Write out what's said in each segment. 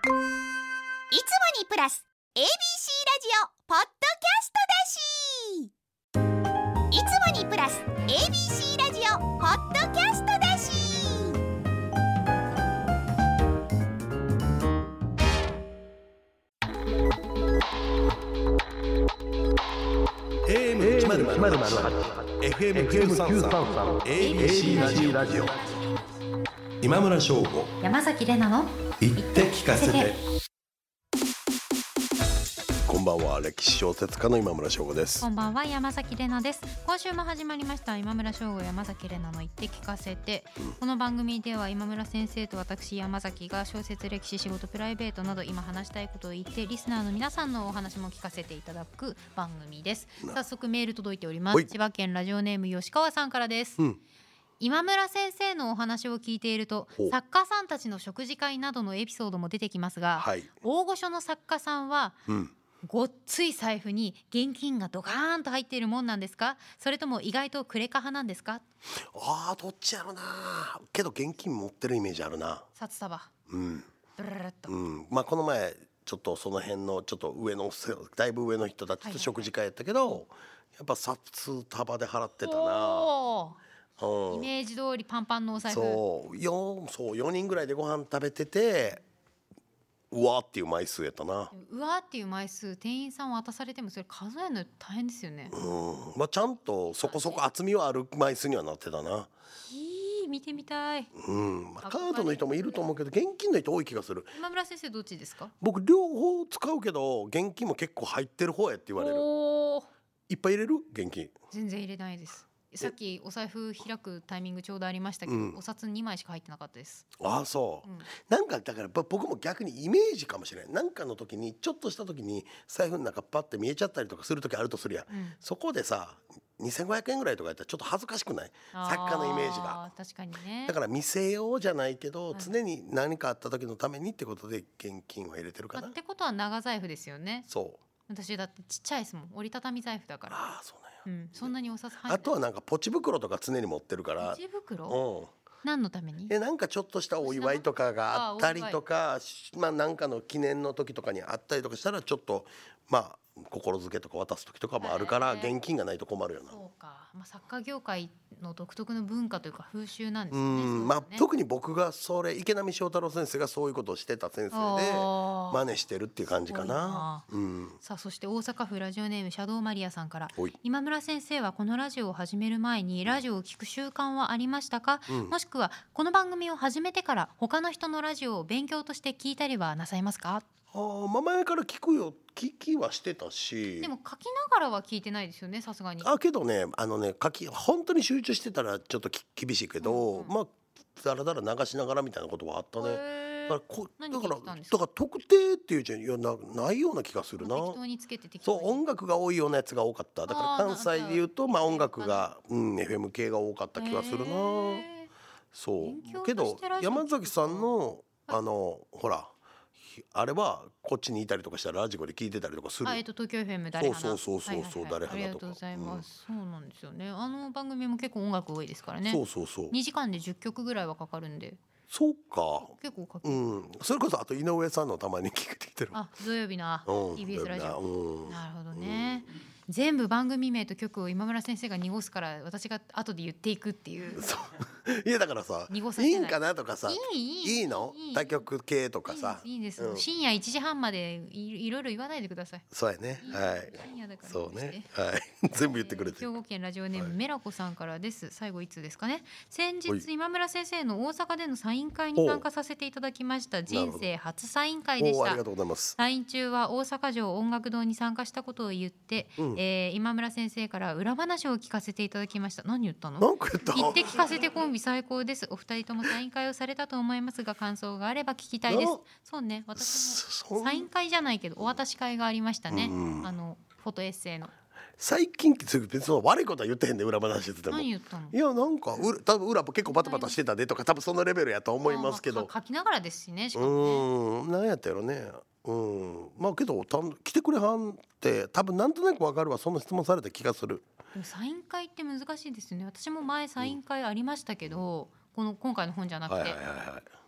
いつもにプラス ABC ラジオポッドキャストだし、いつもにプラス ABC ラジオポッドキャストだし。 AM1008 FM933 ABC ラジオ今村翔吾山崎怜奈の言って聞かせて。こんばんは、歴史小説家の今村翔吾です。 こんばんは、山崎怜奈です。今週も始まりました今村翔吾山崎怜奈の言って聞かせて、この番組では今村先生と私山崎が小説、歴史、仕事、プライベートなど今話したいことを言ってリスナーの皆さんのお話も聞かせていただく番組です。早速メール届いております。千葉県ラジオネーム吉川さんからです。今村先生のお話を聞いていると作家さんたちの食事会などのエピソードも出てきますが、大御所の作家さんは、ごっつい財布に現金がドカーンと入っているもんなんですか？それとも意外とクレカ派なんですか？ どっちやろな。けど現金持ってるイメージあるな。 札束、ブルルルっと、 この前ちょっとその辺のちょっと上のだいぶ上の人たちと食事会やったけど、やっぱ札束で払ってたな。イメージ通りパンパンのお財布。 そう4人ぐらいでご飯食べてて、うわーっていう枚数やったな。 うわーっていう枚数、店員さん渡されてもそれ数えるの大変ですよね。 ちゃんとそこそこ厚みはある枚数にはなってたな。 見てみたい。 カードの人もいると思うけど現金の人多い気がする。 今村先生どっちですか？ 僕両方使うけど現金も結構入ってる方やって言われる。いっぱい入れる？現金全然入れないです。さっきお財布開くタイミングちょうどありましたけど、お札2枚しか入ってなかったです。そう、なんかだから僕も逆にイメージかもしれない。なんかの時にちょっとした時に財布の中パッて見えちゃったりとかする時あるとするや、そこでさ2500円ぐらいとかやったらちょっと恥ずかしくない？作家のイメージが。 確かにね。 だから見せようじゃないけど、常に何かあった時のためにってことで現金を入れてるかな。 ってことは長財布ですよね。 そう。 私だってちっちゃいですもん、折りたたみ財布だから。 そうなんや。 そんなにお札入る。あとはなんかポチ袋とか常に持ってるから。 ポチ袋？何のために？ なんかちょっとしたお祝いとかがあったりとか、なんかの記念の時とかにあったりとかしたらちょっと心づけとか渡す時とかもあるから現金がないと困るよな。 そうか、作家業界の独特の文化というか風習なんですね。 特に僕が池波正太郎先生がそういうことをしてた先生で真似してるっていう感じかな。 さあ、そして大阪府ラジオネームシャドウマリアさんから、今村先生はこのラジオを始める前にラジオを聞く習慣はありましたか？もしくはこの番組を始めてから他の人のラジオを勉強として聞いたりはなさいますか？ 前から聞くよ。聞きはしてたし。 でも書きながらは聞いてないですよね、さすがに。 けどね、本当に集中してたらちょっと厳しいけど、だらだら流しながらみたいなことはあったね。だから特定っていうじゃないような気がするな。 適当につけて適当に。 そう、音楽が多いようなやつが多かった。だから関西でいうと音楽がFM 系が多かった気がするな。そうけど山崎さんのほらあれはこっちにいたりとかしたらラジコで聞いてたりとかする。 東京 FM 誰花。 そう誰花とか。 ありがとうございます。そうなんですよね。番組も結構音楽多いですからね。 そう 2時間で10曲ぐらいはかかるんで。 そうか。 結構かかる。 それこそあと井上さんのたまに聞いてきてる。 土曜日な TBS ラジオ。なるほどね。全部番組名と曲を今村先生が濁すから私が後で言っていくっていう。 いやだからさ、いいんかなとかさ、いいの他局系とかさ、 いいです。深夜1時半までいろいろ言わないでください。 そうやね。はい。 深夜だからそうね。はい。全部言ってくれて。 兵庫県ラジオネームメラコさんからです。最後いつですかね。先日今村先生の大阪でのサイン会に参加させていただきました。人生初サイン会でした。 ありがとうございます。 サイン中は大阪城音楽堂に参加したことを言って、今村先生から裏話を聞かせていただきました。何言ったの？ なんか言った。 言って聞かせてコンビ最高です。お二人ともサイン会をされたと思いますが感想があれば聞きたいです。そうね、私もサイン会じゃないけどお渡し会がありましたね。フォトエッセイの。 最近別に悪いことは言ってへんで、裏話してても。 何言ったの？ いやなんか多分裏結構バタバタしてたでとか多分そのレベルやと思いますけど。 書きながらですしね。しかもね。 何やったやろね。けど来てくれはんって多分なんとなく分かるわ。その質問された気がする。 でもサイン会って難しいですよね。私も前サイン会ありましたけど、今回の本じゃなくて、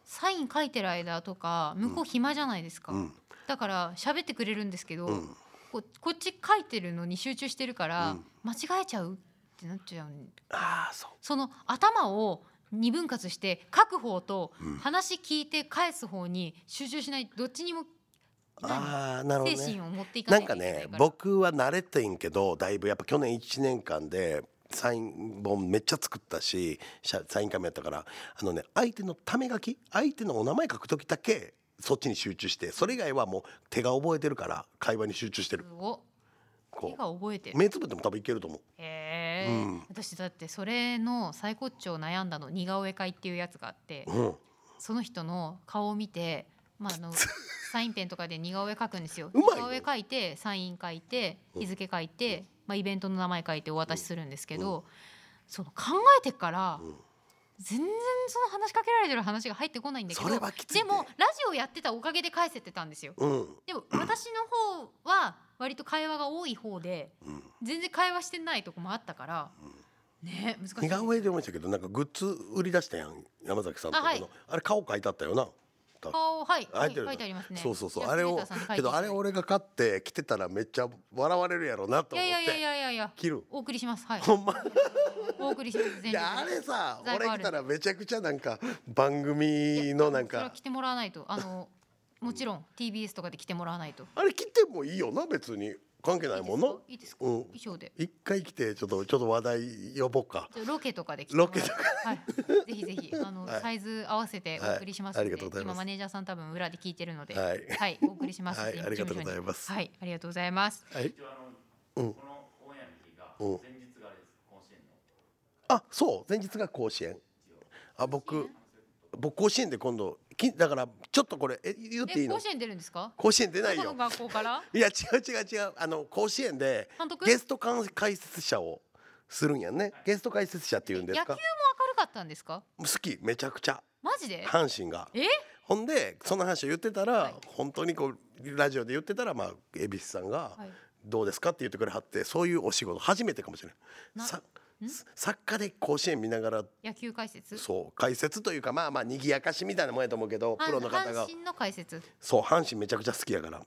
サイン書いてる間とか向こう暇じゃないですか、だから喋ってくれるんですけど、こっち書いてるのに集中してるから、間違えちゃうってなっちゃう。その頭を二分割して書く方と話聞いて返す方に集中しない、どっちにもなるほどね、 精神を持っていかないといけないから。 なんかね、僕は慣れてんけど、だいぶやっぱ去年1年間でサイン本めっちゃ作ったし、サイン会もやったから、相手のため書き、相手のお名前書く時だけそっちに集中して、それ以外はもう手が覚えてるから会話に集中してる。 手が覚えてる。 目つぶっても多分いけると思う。 私だってそれの最高潮悩んだの似顔絵会っていうやつがあって、その人の顔を見て、サインペンとかで似顔絵描くんですよ。似顔絵描いてサイン書いて日付書いて、イベントの名前書いてお渡しするんですけど、その考えてから全然その話しかけられてる話が入ってこないんだけど、でもラジオやってたおかげで返せてたんですよ。でも私の方は割と会話が多い方で、全然会話してないとこもあったからね、難しいです。 似顔絵で思いましたけど、なんかグッズ売り出したやん、山崎さんとこの。あれ顔書いてあったよな。 顔書いてありますね。 そうあれを、けどあれ俺が買って着てたらめっちゃ笑われるやろうなと思って。いや着る。 お送りします。 ほんま。 お送りします。 いやあれさ、俺来たらめちゃくちゃなんか番組のなんか。 それは着てもらわないと、もちろん TBS とかで着てもらわないと。 あれ着てもいいよな、別に関係ないもんな。 いいですか。衣装で。 一回着てちょっと話題呼ぼうか。 ロケとかで着てもらう。ぜひぜひサイズ合わせてお送りしますので。今マネージャーさん多分裏で聞いてるので、はいお送りします。 ありがとうございます。 はい、ありがとうございます。 このオンエアの日が前日があれです。甲子園の。そう、前日が甲子園。僕甲子園で今度だからちょっとこれ言っていいの？ 甲子園出るんですか？ 甲子園出ないよ。 どこの学校から？ いや違う甲子園でゲスト解説者をするんやね。ゲスト解説者っていうんですか？ 野球も明るかったんですか？ 好き、めちゃくちゃ。 マジで？ 阪神が。ほんでその話を言ってたら、本当にこうラジオで言ってたら、恵比寿さんがどうですかって言ってくれはって、そういうお仕事初めてかもしれない。作家で甲子園見ながら野球解説、 解説というか、賑やかしみたいなもんやと思うけど、プロの方が阪神の解説。 そう、阪神めちゃくちゃ好きやから。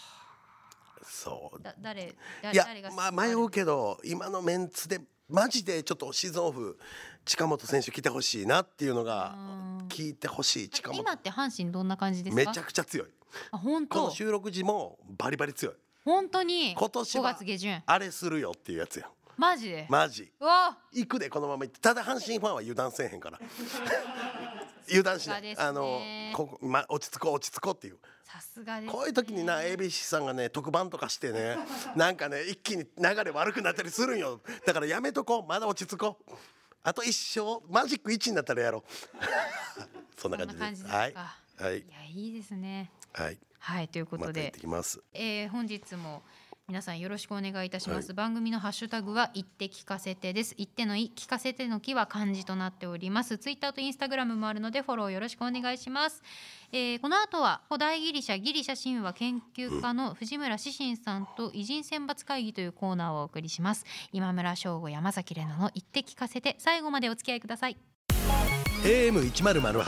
そう誰が迷うけど、今のメンツでマジでちょっとシーズンオフ近本選手来てほしいなっていうのが、聞いてほしい。近本今って阪神どんな感じですか？ めちゃくちゃ強い。 本当。 この収録時もバリバリ強い。 本当に。 今年は 5月下旬あれするよっていうやつや。 マジで？ マジ。行くで、このまま行って。ただ阪神ファンは油断せえへんから油断しない。落ち着こうっていう。 さすがですね。 こういう時にABC さんがね、特番とかしてねなんかね、一気に流れ悪くなったりするんよ。だからやめとこう。まだ落ち着こう。あと一生マジック1になったらやろうそんな感じです。はい、いやいいですね。 はい、 ということで、本日も皆さんよろしくお願いいたします。番組のハッシュタグは言って聞かせてです。言ってのい、聞かせてのきは漢字となっております。ツイッターとインスタグラムもあるのでフォローよろしくお願いします。この後は古代ギリシャ神話研究家の藤村志信さんと偉人選抜会議というコーナーをお送りします。今村翔吾、山崎怜奈の言って聞かせて、最後までお付き合いください。 AM1008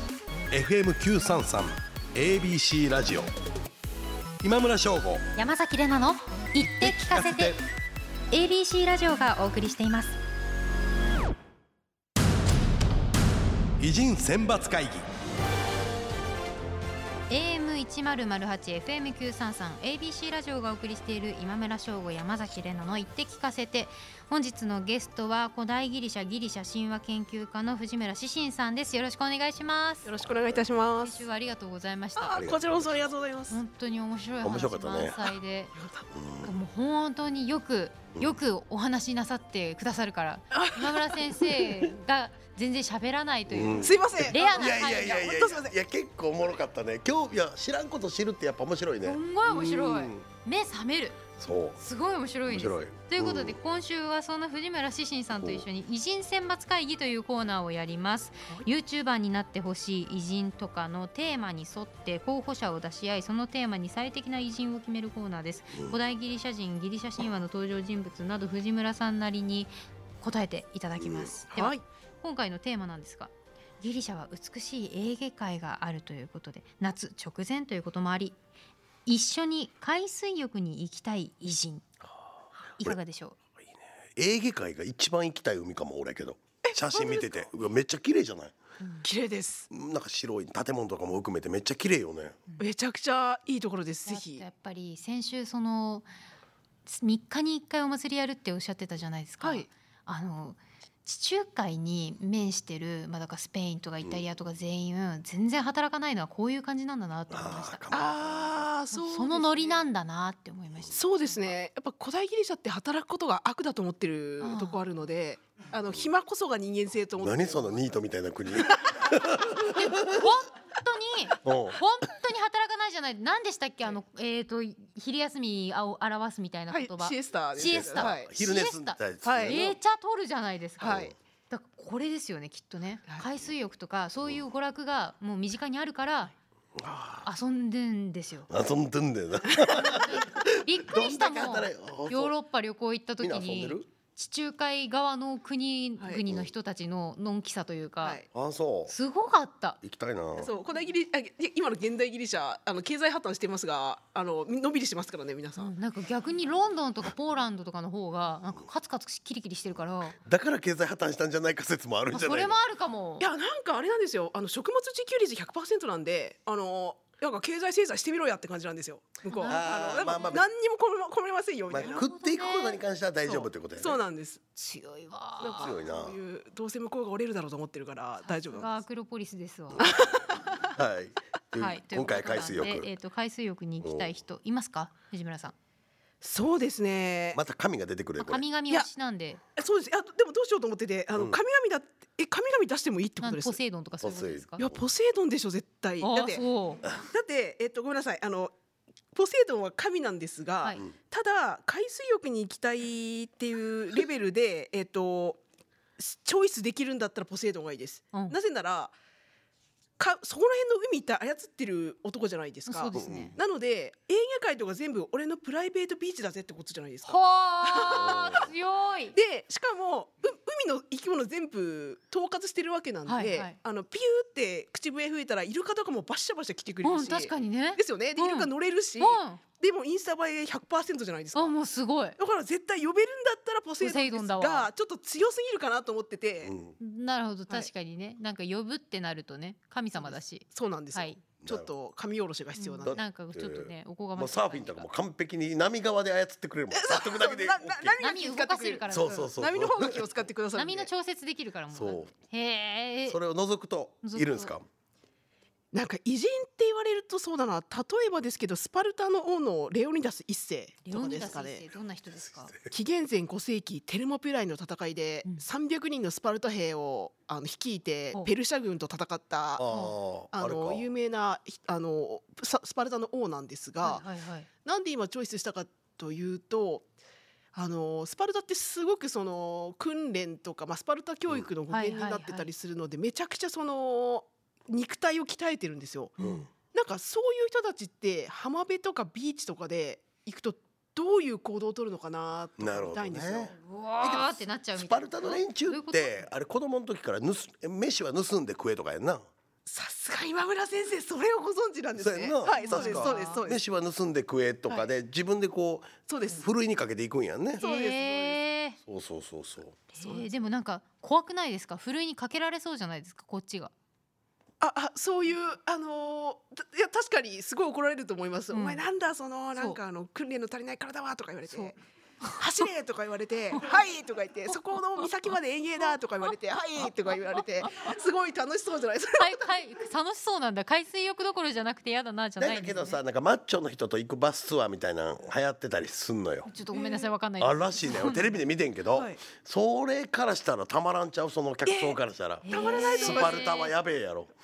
FM933 ABC ラジオ、今村翔吾、 山崎怜奈の言って聞かせて ABC ラジオがお送りしています。 偉人選抜会議 AM1008 FM933 ABC ラジオがお送りしている今村翔吾、山崎怜奈の言って聞かせて。本日のゲストは古代ギリシャ神話研究家の藤村志信さんです。よろしくお願いします。 よろしくお願いいたします。 先週はありがとうございました。 こちらこそありがとうございます。 本当に面白い話満載で、もう本当によくお話しなさってくださるから、今村先生が全然喋らないという、 すいません、 レアな回が。 いや結構おもろかったね。今日知らんこと知るってやっぱ面白いね。 すんごい面白い。目覚める。 そうすごい面白いです。ということで、今週はその藤村志信さんと一緒に偉人選抜会議というコーナーをやります。YouTuber になってほしい偉人とかのテーマに沿って候補者を出し合い、そのテーマに最適な偉人を決めるコーナーです。古代ギリシャ人、ギリシャ神話の登場人物など藤村さんなりに答えていただきます。では今回のテーマなんですが、 ギリシャは美しいエーゲ海があるということで、夏直前ということもあり、一緒に海水浴に行きたい偉人、いかがでしょう。 エーゲ海が一番行きたい海かも俺けど、写真見ててうわめっちゃ綺麗じゃない？ 綺麗です。 なんか白い建物とかも含めてめっちゃ綺麗よね。 めちゃくちゃいいところです。ぜひ。 やっぱり先週その3日に1回お祭りやるっておっしゃってたじゃないですか。 はい。 地中海に面してる、だからスペインとかイタリアとか全員、全然働かないのはこういう感じなんだなって思いました。 そうですね。 そのノリなんだなって思いました。 そうですね。やっぱ古代ギリシャって働くことが悪だと思ってるとこあるので、暇こそが人間性と思って。 何そのニートみたいな国。 本当に働かないじゃない。何でしたっけ、昼休みを表すみたいな言葉、 シエスタです。 シエスタ、 昼寝すんだやつ。 めっちゃ取るじゃないですか。 はい。 だからこれですよね、きっとね。海水浴とかそういう娯楽がもう身近にあるから遊んでんですよ。 遊んでんだよな。 びっくりしたもん。ヨーロッパ旅行行った時に地中海側の国々の人たちののんきさというか、 そうすごかった。 行きたいな。 そう、古代今の現代ギリシャ経済破綻してますが、のびりしてますからね皆さん。 なんか逆にロンドンとかポーランドとかの方がなんかカツカツキリキリしてるから、 だから経済破綻したんじゃないか説もあるんじゃないの。 それもあるかも。 いや、なんかあれなんですよ。食物自給率 100% なんで、なんか経済制裁してみろやって感じなんですよ。向こう何にも困りませんよみたいな。 食っていくことに関しては大丈夫ってことやね。 そうなんです。 強いわ。 強いな。 そういうどうせ向こうが折れるだろうと思ってるから大丈夫なんです。 アクロポリスですわ。 はい。今回海水浴。 海水浴に行きたい人いますか、藤村さん。 そうですね。 また神が出てくる。 神々推しなんで。 そうです。でもどうしようと思ってて、神々出してもいいってことです。 ポセイドンとかそういうことですか。 いや、ポセイドンでしょ絶対。だってごめんなさい。ポセイドンは神なんですが、ただ海水浴に行きたいっていうレベルでチョイスできるんだったらポセイドンがいいです。なぜならそこら辺の海って操ってる男じゃないですか。 そうですね。 なのでエーゲ海とか全部俺のプライベートビーチだぜってことじゃないですか。 はあ、強い。 でしかも海の生き物全部統括してるわけなんで、ピューって口笛吹いたらイルカとかもバッシャバシャ来てくれるし、 確かにね。 ですよね。でイルカ乗れるし、でもインスタ映え 100% じゃないですか。 もうすごい。 だから絶対呼べるんだったらポセイドンですが、ちょっと強すぎるかなと思ってて。 なるほど、確かにね。なんか呼ぶってなるとね、神様だし。 そうなんですよ。ちょっと神下ろしが必要なんで。 なんかちょっとね、おこがましい。 サーフィンとかも完璧に波側で操ってくれるもん。 波動かせるから。 そう。 波の方が気を使ってください。 波の調節できるからもう。 そう。 へえ。 それを除くといるんですか。 なんか偉人って言われるとそうだな。例えばですけどスパルタの王のレオニダス一世とかですかね。 どんな人ですか。 紀元前5世紀テルモピュライの戦いで300人のスパルタ兵を率いてペルシャ軍と戦った有名なスパルタの王なんですが、なんで今チョイスしたかというと、スパルタってすごくその訓練とか、スパルタ教育の語源になってたりするので、めちゃくちゃその肉体を鍛えてるんですよ。なんかそういう人たちって浜辺とかビーチとかで行くとどういう行動を取るのかなって見たいんですよ。 うわーってなっちゃうみスたいな。 パルタの連中ってあれ子供の時から飯は盗んで食えとかやんな。 さすが今村先生、それをご存知なんですね。はい、そうです。 飯は盗んで食えとかで自分でこうふるいにかけていくんやんね。 そうです。 そう。 でもなんか怖くないですか。ふるいにかけられそうじゃないですか、こっちが。 そういういや確かにすごい怒られると思います。お前なんだそのなんか訓練の足りない体はとか言われて、走れとか言われてはいとか言って、そこの岬まで遠泳だとか言われてはいとか言われて、すごい楽しそうじゃないですか。 楽しそうなんだ。海水浴どころじゃなくて嫌だなじゃないんですね。 だけどさ、なんかマッチョの人と行くバスツアーみたいな流行ってたりすんのよ。 ちょっとごめんなさい、わかんないです。 らしいね。テレビで見てんけど、それからしたらたまらんちゃう。その客層からしたらたまらないと思いスます。 パルタはやべえやろ。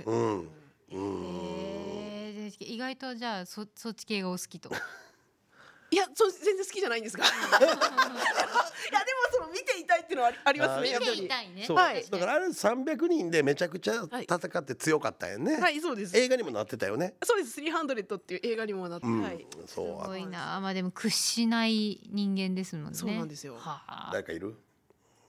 意外とじゃあそっち系がお好きと。 いや、全然好きじゃないんですがいやでもその見ていたいっていうのはありますね。 見ていたいね。 そう、だからあれ300人でめちゃくちゃ戦って強かったよね。 はい、そうです。 映画にもなってたよね。 そうです。300っていう映画にもなって、 すごいな。でも屈しない人間ですもんね。 そうなんですよ。 誰かいる？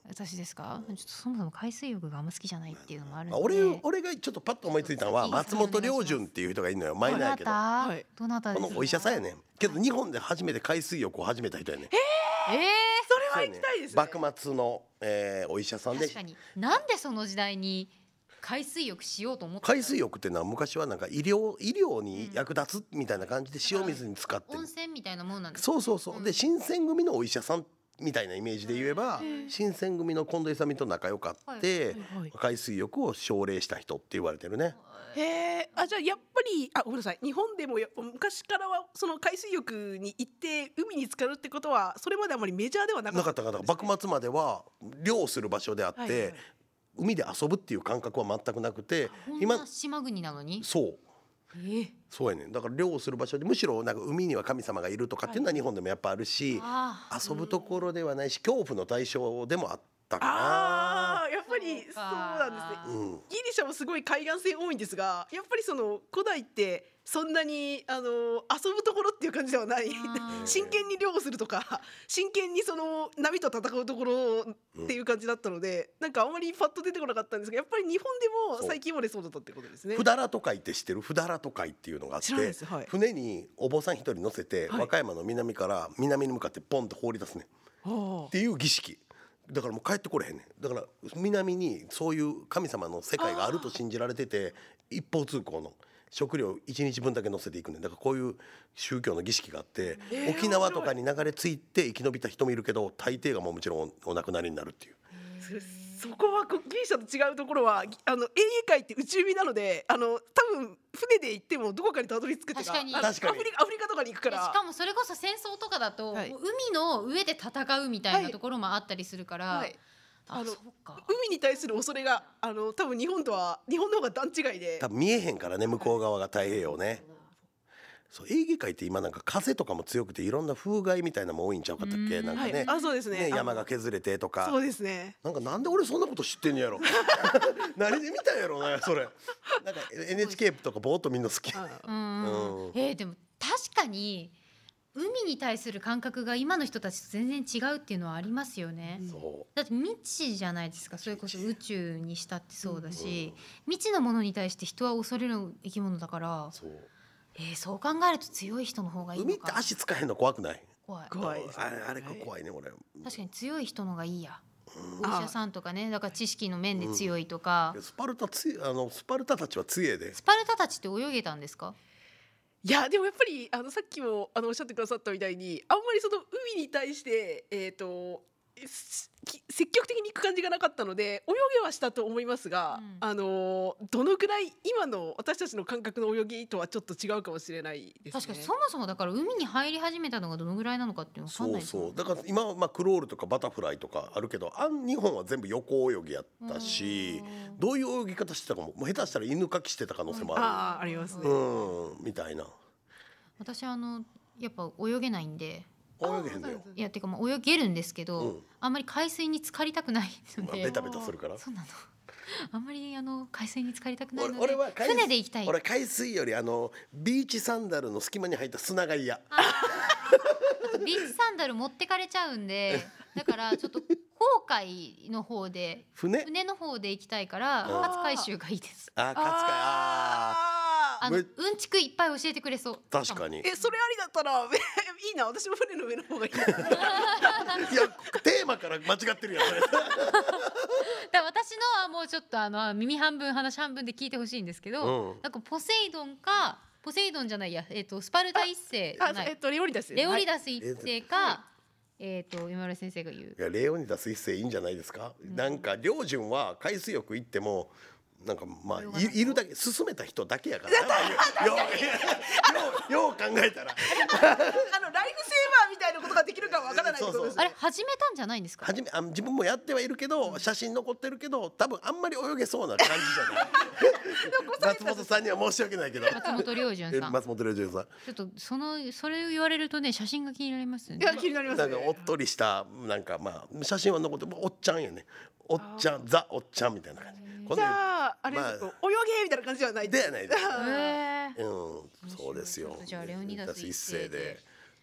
私ですか？ちょっとそもそも海水浴があんま好きじゃないっていうのもあるんで。 俺がちょっとパッと思いついたのは松本良順っていう人がいるのよ。マイナーやけどどなたですか？ このお医者さんやねんけど日本で初めて海水浴を始めた人やねん。 それは行きたいですね。 幕末の、お医者さんで。 確かになんでその時代に海水浴しようと思った？ 海水浴っていうのは昔はなんか医療に役立つみたいな感じで塩水に使って、 温泉みたいなもんなんですか？ そうで新選組のお医者さんみたいなイメージで言えば、新選組の近藤勇と仲良かって、海水浴を奨励した人って言われてるね。 じゃあやっぱりごめんなさい、日本でも昔からはその海水浴に行って海に浸かるってことはそれまであまりメジャーではなかったですね。 幕末までは漁する場所であって、海で遊ぶっていう感覚は全くなくて、 今島国なのにそうやねん。だから漁する場所でむしろなんか海には神様がいるとかっていうのは日本でもやっぱあるし、遊ぶところではないし恐怖の対象でもあったかな。 やっぱりそうなんですね。ギリシャもすごい海岸線多いんですが、やっぱりその古代ってそんなに遊ぶところっていう感じではない。真剣に漁をするとか真剣にその波と戦うところっていう感じだったので、なんかあんまりパッと出てこなかったんですが、やっぱり日本でも最近までそうだったってことですね。 ふだら都会って知ってる？ふだら都会っていうのがあって、船にお坊さん一人乗せて、和歌山の南から南に向かってポンと放り出すねっていう儀式だからもう帰ってこれへんねん。だから南にそういう神様の世界があると信じられてて、一方通行の食料1日分だけ乗せていくねん。だからこういう宗教の儀式があって、沖縄とかに流れ着いて生き延びた人もいるけど、大抵がもちろんお亡くなりになるっていう。 そこはギリシャと違うところはエーゲ海って内海なので、多分船で行ってもどこかにたどり着くっていうか、アフリカとかに行くから。 しかもそれこそ戦争とかだと、海の上で戦うみたいなところもあったりするから、 海に対する恐れが多分日本の方が段違いで、 多分見えへんからね、向こう側が太平洋ね。そうエーゲ海って今なんか風とかも強くていろんな風害みたいなのも多いんちゃうかったっけ？なんかね、 そうですね。 山が削れてとか。 そうですね。 なんで俺そんなこと知ってんやろ何で見たんやろなそれ。なんか NHK とかぼーっとみんな好き。 でも確かに海に対する感覚が今の人たちと全然違うっていうのはありますよね。だって未知じゃないですか。それこそ宇宙にしたってそうだし、未知のものに対して人は恐れる生き物だから。そう考えると強い人の方がいいのか。 海って足つかへんの怖くない？ 怖いです。 あれ怖いね俺。 確かに強い人の方がいいや。お医者さんとかね、だから知識の面で強いとか。 スパルタたちは強いで。 スパルタたちって泳げたんですか？ いやでもやっぱりさっきもおっしゃってくださったみたいに、あんまりその海に対して積極的に行く感じがなかったので、泳げはしたと思いますが、どのくらい今の私たちの感覚の泳ぎとはちょっと違うかもしれないですね。 確かにそもそもだから海に入り始めたのがどのぐらいなのかっていうの分かんないですよね。 だから今はクロールとかバタフライとかあるけど、日本は全部横泳ぎやったし、どういう泳ぎ方してたかも下手したら犬かきしてた可能性もある。 ありますね。 みたいな。 私やっぱ泳げないんで。 泳げへんだよ。 いやてか泳げるんですけど、あんまり海水に浸かりたくないので。 ベタベタするから。 そうなの。あんまり海水に浸かりたくないので。 俺は船で行きたい。 俺海水よりビーチサンダルの隙間に入った砂が嫌。 ビーチサンダル持ってかれちゃうんで、だからちょっと航海の方で船の方で行きたいから勝海舟がいいです。 勝海うんちくいっぱい教えてくれそう。 確かに。 それありだったらいいな。私も船の上の方がいい。いやテーマから間違ってるやん。 だから私のはもうちょっと耳半分話半分で聞いてほしいんですけど、なんかポセイドンじゃないや、スパルタ一世レオニダス一世か、今村先生が言う。 いやレオニダス一世いいんじゃないですか。なんか良順は海水浴行ってもなんかいるだけ進めた人だけやからよう考えたらライフセーバーみたいなことができるかわからないってことですね。 あれ始めたんじゃないんですか？ 自分もやってはいるけど、写真残ってるけど多分あんまり泳げそうな感じじゃない。松本さんには申し訳ないけど。 松本良順さん。 松本良順さん。 ちょっとそれを言われるとね、写真が気になりますね。 いや気になりますね。 なんかおっとりしたなんか写真は残っておっちゃんやね。おっちゃんザおっちゃんみたいな感じ。 じゃああれ泳げみたいな感じではない。 ではないです。そうですよ。 じゃあレオニダス一世で。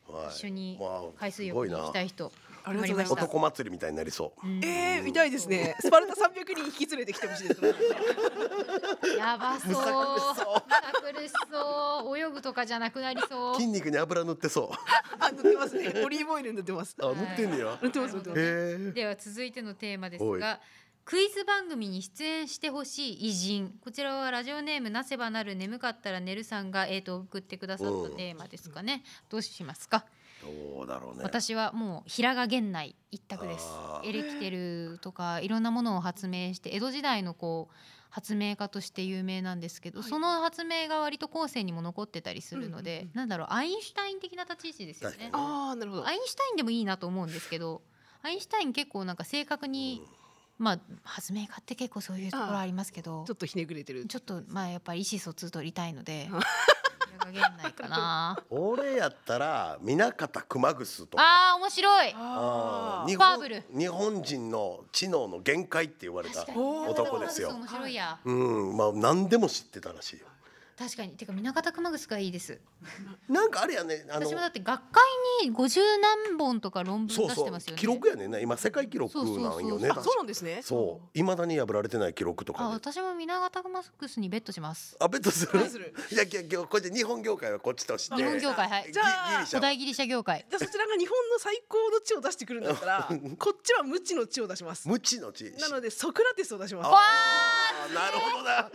一緒に海水浴に行きたい人ありがとうございます。 男祭りみたいになりそう。 見たいですね。スパルタ300人引き連れてきてほしいです。 やばそう。苦しそう。泳ぐとかじゃなくなりそう。 筋肉に油塗ってそう。 塗ってますね。オリーブオイル塗ってます。 塗ってんねや。 塗ってます。 では続いてのテーマですが、クイズ番組に出演してほしい偉人。こちらはラジオネームなせばなる眠かったら寝るさんが送ってくださったテーマですかね。どうしますか。 どうだろうね。 私はもう平賀源内一択です。エレキテルとかいろんなものを発明して江戸時代の発明家として有名なんですけど、その発明が割と後世にも残ってたりするので、なんだろう、アインシュタイン的な立ち位置ですよね。 なるほど。 アインシュタインでもいいなと思うんですけど、アインシュタイン結構なんか正確に、発明家って結構そういうところありますけど、 ちょっとひねくれてる。 ちょっとやっぱり意思疎通取りたいので平賀源内かな。 俺やったら南方熊楠とか。 面白い。 日本人の知能の限界って言われた男ですよ。 面白いや。 何でも知ってたらしいよ。 確かに。てか南方熊楠がいいです。 なんかあれやね、 私もだって学会に50何本とか論文出してますよね。 記録やねんな。今世界記録なんよね。 そうなんですね。 そう、未だに破られてない記録とか。 私も南方熊楠にベットします。 ベットする。いやこれで日本業界はこっちとして。 日本業界、はい。 じゃあ古代ギリシャ業界。 じゃあそちらが日本の最高の知を出してくるんだったら、こっちは無知の知を出します。 無知の知。 なのでソクラテスを出します。 なるほどな。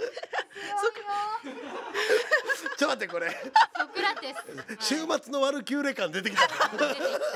ちょっと待って、これソクラテス週末のワルキューレ感出てきた。 やっぱソクラ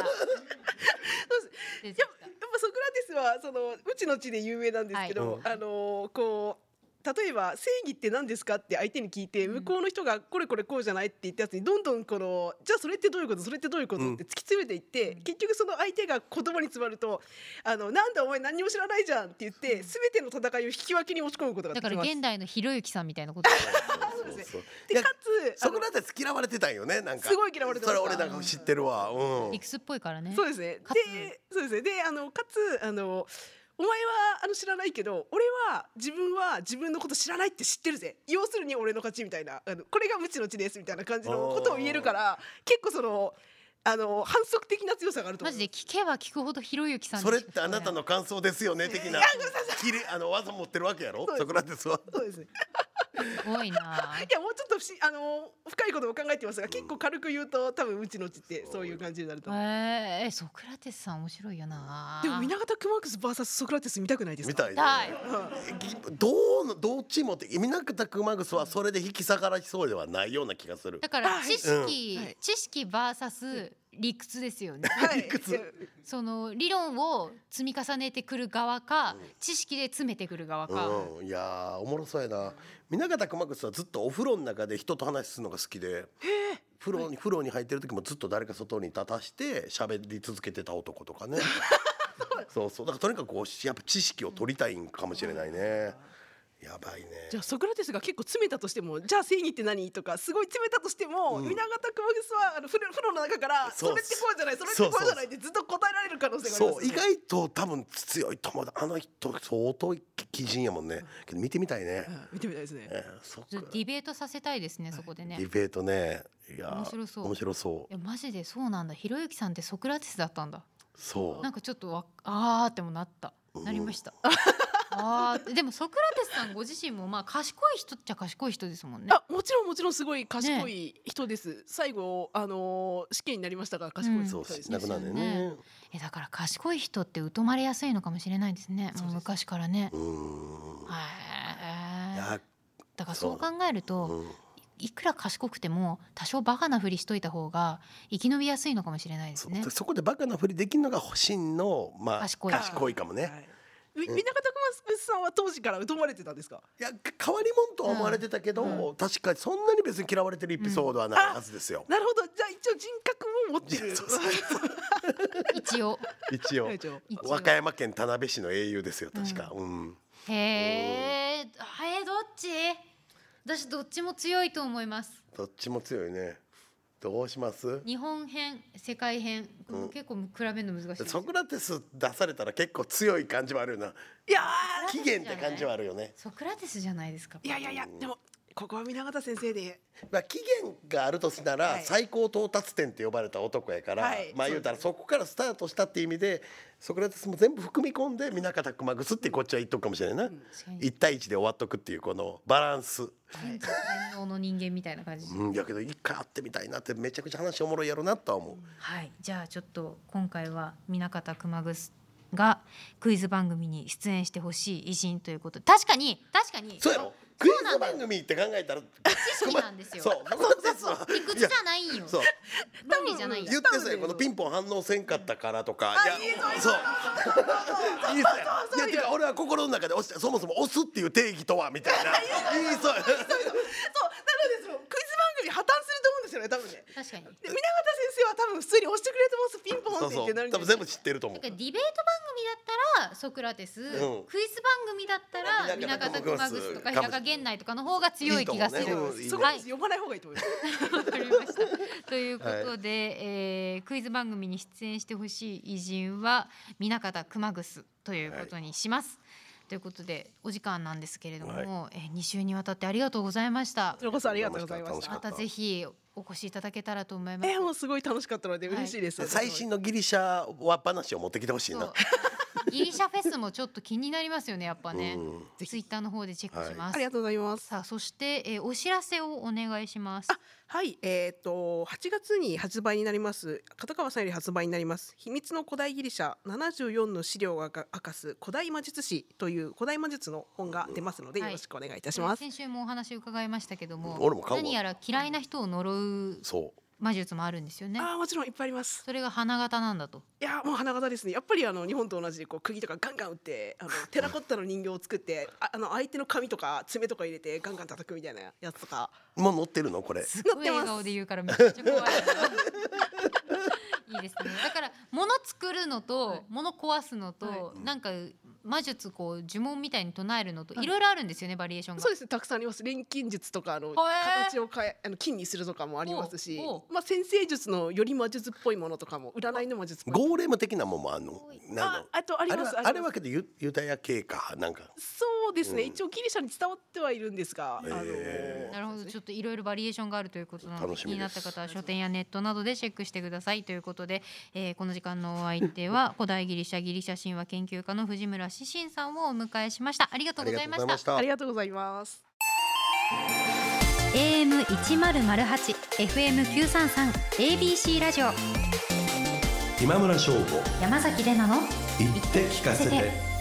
テスはその無知の知で有名なんですけど、例えば正義って何ですかって相手に聞いて、向こうの人がこれこれこうじゃないって言ったやつにどんどんじゃあそれってどういうことそれってどういうことって突き詰めていって、結局その相手が言葉に詰まるとなんだお前何にも知らないじゃんって言って全ての戦いを引き分けに持ち込むことができます。 だから現代のひろゆきさんみたいなことでかつソクラテス嫌われてたんよね。なんかすごい嫌われてました。 それ俺なんか知ってるわ。 理屈っぽいからね。 そうですね。でかつお前は知らないけど俺は自分のこと知らないって知ってるぜ、要するに俺の勝ちみたいな、これが無知の知ですみたいな感じのことを言えるから、結構その反則的な強さがあると思う。 マジで聞けば聞くほどひろゆきさんそれってあなたの感想ですよね的な技持ってるわけやろソクラテスは。 そうですね。 すごいな。 いやもうちょっと深いことも考えてますが、結構軽く言うと多分無知の知ってそういう感じになると思う。 ソクラテスさん面白いよな。 でも南方熊楠 VS ソクラテス見たくないですか。 見たいね。どっちもって南方熊楠はそれで引き下がらしそうではないような気がする。 だから知識 VS 理屈ですよね。 理屈。 その理論を積み重ねてくる側か、知識で詰めてくる側か。 いやおもろそうやな。南方熊楠はずっとお風呂の中で人と話するのが好きで、風呂に入ってる時もずっと誰か外に立たして喋り続けてた男とかね。そうだからとにかくやっぱ知識を取りたいんかもしれないね。やばいね。 じゃあソクラテスが結構詰めたとしても、じゃあ正義って何とかすごい詰めたとしても、南方熊楠は風呂の中からそれってこうじゃないそれってこうじゃないってずっと答えられる可能性がありますね。 意外と多分強い友達、あの人相当奇人やもんね。けど見てみたいね。 見てみたいですね。 ディベートさせたいですね、そこでね。 ディベートね。いや面白そう。マジでそうなんだ。ひろゆきさんってソクラテスだったんだ。 そう。 なんかちょっとってもなりました。でもソクラテスさんご自身も賢い人っちゃ賢い人ですもんね。 もちろんすごい賢い人です。最後試験になりましたから賢い人です。 亡くなるんだよね。 だから賢い人って疎まれやすいのかもしれないですね。もう昔からね。だからそう考えると、いくら賢くても多少バカなふりしといた方が生き延びやすいのかもしれないですね。 そこでバカなふりできるのが真の賢いかもね。 南方熊楠さんは当時から疎まれてたんですか。 いや変わり者とは思われてたけど、確かにそんなに別に嫌われてるエピソードはないはずですよ。 なるほど。じゃあ一応人格も持ってる。 一応和歌山県田辺市の英雄ですよ確か。 どっち？私どっちも強いと思います。 どっちも強いね。どうします？ 日本編、世界編、結構比べるの難しい。 ソクラテス出されたら結構強い感じはあるよな。 いや起源って感じはあるよね。 ソクラテスじゃないですか。 いやでもここは皆形先生で、 まあ、期限があるとしなら、 はい最高到達点って呼ばれた男やから、 はいまあ言うたらそこからスタートしたっていう意味でソクラテスも全部含み込んで南方熊楠ってこっちは言っとくかもしれないな、1対1で終わっとくっていうこのバランス、 天皇の人間みたいな感じ、 やけど一回会ってみたいなってめちゃくちゃ話おもろいやろなとは思う、 はい、じゃあちょっと今回は南方熊楠がクイズ番組に出演してほしい偉人ということで、確かにそうやろ、クイズ番組って考えたら知識なんですよ。 そうソクラテスは理屈じゃないんよ。 そう論理じゃないよ。 言ってたよ、このピンポン反応せんかったからとか、いやそういいっすよ、いやてか俺は心の中でそもそも押すっていう定義とはみたいな言いそうそうなのですよ。クイズ番組破綻すると思うんですよね、多分ね。 確かに。 で、皆形先生は多分普通に押してくれてます、ピンポンって言ってなるんですよ。 多分全部知ってると思う。 だからディベート番組だったらソクラテス、クイズ番組だったら南方熊楠とか日高源内とかの方が強い気がする。 いいと思うねそこは呼ばない方がいいと思います。 わかりました。ということで、クイズ番組に出演してほしい偉人は南方熊楠ということにします。ということでお時間なんですけれども、2週にわたってありがとうございました。 それこそありがとうございました。 またぜひお越しいただけたらと思います。 もうすごい楽しかったので嬉しいです。 最新のギリシャ話話を持ってきてほしいな。 ギリシャフェスもちょっと気になりますよね、やっぱね。ツイッターの方でチェックします。 ありがとうございます。 さあ、そして、お知らせをお願いします。 はい、8月に発売になります片川さんより発売になります秘密の古代ギリシャ74の資料が明かす古代魔術師という古代魔術の本が出ますので、よろしくお願いいたします。 先週もお話伺いましたけども、 俺も買うわ。 何やら嫌いな人を呪う魔術もあるんですよね。 もちろんいっぱいあります。 それが花形なんだと。 いやもう花形ですね。やっぱり日本と同じで釘とかガンガン打ってテラコッタの人形を作って相手の髪とか爪とか入れてガンガン叩くみたいなやつとか。 もう載ってるのこれ。 すごい笑顔で言うからめっちゃ怖い。いいですね。だから物作るのと物壊すのとなんか魔術こう呪文みたいに唱えるのといろいろあるんですよね、バリエーションが。 そうですね、たくさんあります。錬金術とか形を変え金にするとかもありますし、先生術のより魔術っぽいものとかも占いの魔術っぽいゴーレム的なもんもあるの。 あります。 あれわけでユダヤ系かなんか。 そうですね、一応ギリシャに伝わってはいるんですが、 なるほど、ちょっといろいろバリエーションがあるということなので気になった方は書店やネットなどでチェックしてくださいということで、この時間のお相手は古代ギリシャ神話研究家の藤村志信さんをお迎えしました。ありがとうございました。 ありがとうございます。 AM1008 FM933 ABC ラジオ、 今村翔吾山崎怜奈の言って聞かせて。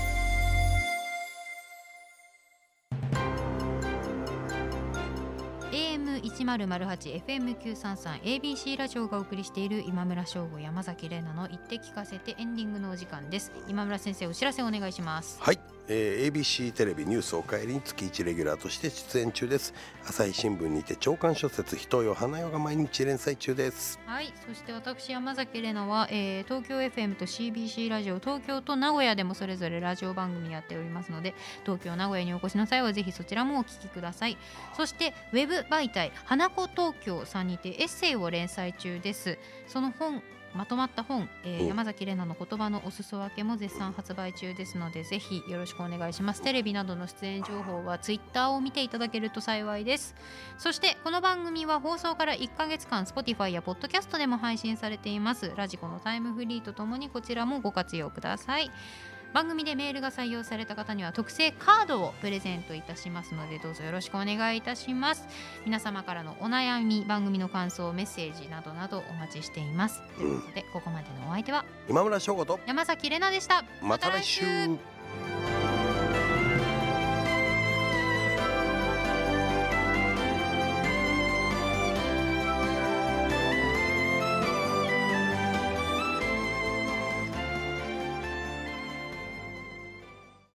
1008 FM933 ABC ラジオがお送りしている今村翔吾山崎怜奈の言って聞かせてエンディングのお時間です。今村先生、お知らせお願いします。 はい、ABC テレビニュースおかえりに月1レギュラーとして出演中です。朝日新聞にて長官小説人よ花よが毎日連載中です。 はい、そして私山崎怜奈は、東京 FM と CBC ラジオ東京と名古屋でもそれぞれラジオ番組やっておりますので、東京名古屋にお越しの際はぜひそちらもお聞きください。そしてウェブ媒体花子東京さんにてエッセイを連載中です。その本まとまった本、山崎怜奈の言葉のお裾分けも絶賛発売中ですので、ぜひよろしくお願いします。テレビなどの出演情報はツイッターを見ていただけると幸いです。そしてこの番組は放送から1ヶ月間 Spotify やポッドキャストでも配信されています。ラジコのタイムフリーとともにこちらもご活用ください。番組でメールが採用された方には特製カードをプレゼントいたしますので、どうぞよろしくお願いいたします。皆様からのお悩み、番組の感想、メッセージなどなどお待ちしています。ということでここまでのお相手は今村翔吾と山崎怜奈でした。 また来週。